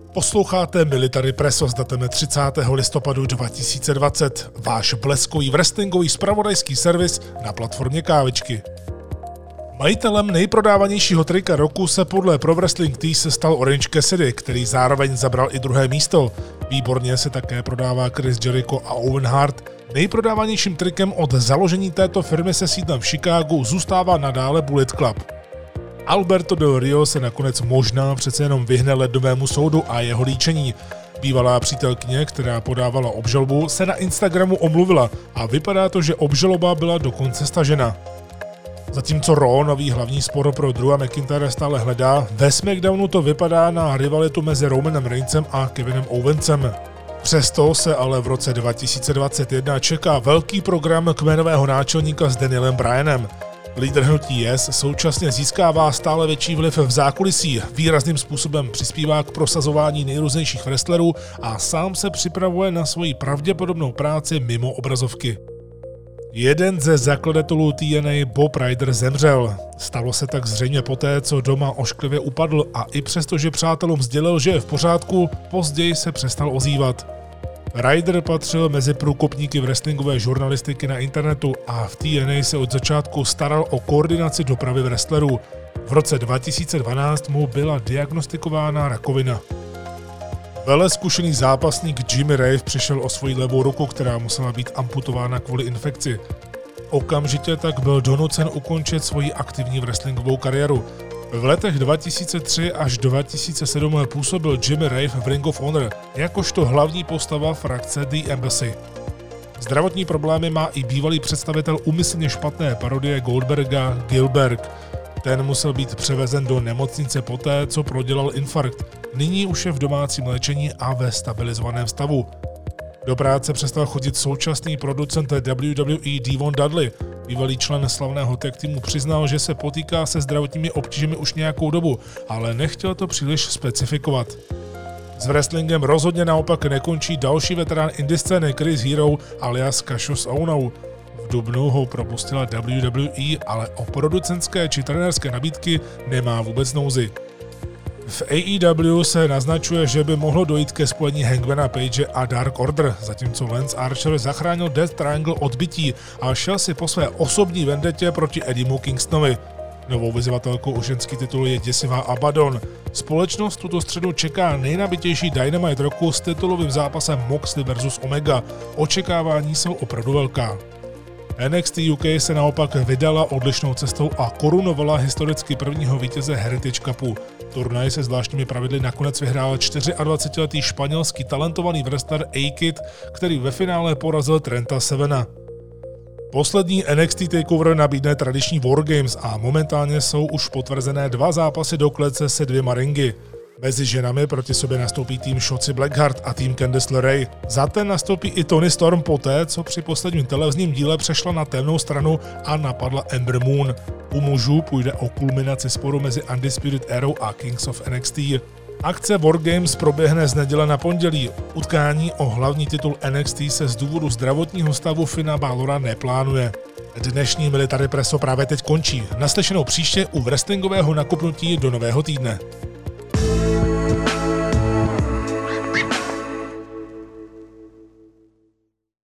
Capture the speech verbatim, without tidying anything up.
Posloucháte Military Presso s datem třicátého listopadu dva tisíce dvacet, váš bleskový wrestlingový zpravodajský servis na platformě Kávičky. Majitelem nejprodávanějšího trika roku se podle Pro Wrestling Tees se stal Orange Cassidy, který zároveň zabral i druhé místo. Výborně se také prodává Chris Jericho a Owen Hart. Nejprodávanějším trikem od založení této firmy se sídlem v Chicagu zůstává nadále Bullet Club. Alberto Del Rio se nakonec možná přece jenom vyhne ledovému soudu a jeho líčení. Bývalá přítelkyně, která podávala obžalobu, se na Instagramu omluvila a vypadá to, že obžaloba byla dokonce stažena. Zatímco Raw nový hlavní spor pro Drewa McIntyre stále hledá, ve SmackDownu to vypadá na rivalitu mezi Romanem Reignsem a Kevinem Owensem. Přesto se ale v roce dva tisíce dvacet jedna čeká velký program kmenového náčelníka s Danielem Bryanem. Lídr hnutí Yes současně získává stále větší vliv v zákulisí, výrazným způsobem přispívá k prosazování nejrůznějších wrestlerů a sám se připravuje na svoji pravděpodobnou práci mimo obrazovky. Jeden ze zakladatelů T N A, Bob Ryder, zemřel. Stalo se tak zřejmě poté, co doma ošklivě upadl a i přesto, že přátelům sdělil, že je v pořádku, později se přestal ozývat. Ryder patřil mezi průkopníky wrestlingové žurnalistiky na internetu a v T N A se od začátku staral o koordinaci dopravy wrestlerů. V roce dva tisíce dvanáct mu byla diagnostikována rakovina. Velezkušený zápasník Jimmy Rave přišel o svoji levou ruku, která musela být amputována kvůli infekci. Okamžitě tak byl donucen ukončit svoji aktivní wrestlingovou kariéru. V letech dva tisíce tři až dva tisíce sedm působil Jimmy Rave v Ring of Honor jakožto hlavní postava frakce The Embassy. Zdravotní problémy má i bývalý představitel úmyslně špatné parodie Goldberga Gilbert. Ten musel být převezen do nemocnice poté, co prodělal infarkt. Nyní už je v domácím léčení a ve stabilizovaném stavu. Do práce přestal chodit současný producent W W E Devon Dudley. Bývalý člen slavného tag týmu přiznal, že se potýká se zdravotními obtížemi už nějakou dobu, ale nechtěl to příliš specifikovat. S wrestlingem rozhodně naopak nekončí další veterán indie scény Chris Hero alias Cassius Ohno. V dubnu ho propustila W W E, ale o producentské či trenérské nabídky nemá vůbec nouzy. V A E W se naznačuje, že by mohlo dojít ke spojení Hangmana Page a Dark Order, zatímco Lance Archer zachránil Death Triangle od bytí a šel si po své osobní vendetě proti Eddiemu Kingstonovi. Novou vyzvatelkou o ženský titul je děsivá Abaddon. Společnost tuto středu čeká nejnabitější Dynamite roku s titulovým zápasem Moxley versus Omega. Očekávání jsou opravdu velká. N X T U K se naopak vydala odlišnou cestou a korunovala historicky prvního vítěze Heritage Cupu. Turnaj se zvláštními pravidly nakonec vyhrál dvacetčtyřletý španělský talentovaný wrestler A-Kid, který ve finále porazil Trenta Sevena. Poslední N X T TakeOver nabídne tradiční Wargames a momentálně jsou už potvrzené dva zápasy do klece se dvěma ringy. Mezi ženami proti sobě nastoupí tým Shotzi Blackheart a tým Candice LeRae. Za ten nastoupí i Toni Storm poté, co při posledním televizním díle přešla na temnou stranu a napadla Ember Moon. U mužů půjde o kulminaci sporu mezi Undisputed Era a Kings of N X T. Akce Wargames proběhne z neděle na pondělí. Utkání o hlavní titul N X T se z důvodu zdravotního stavu Finna Balora neplánuje. Dnešní Military Presso právě teď končí. Naslyšenou příště u wrestlingového nakopnutí do nového týdne.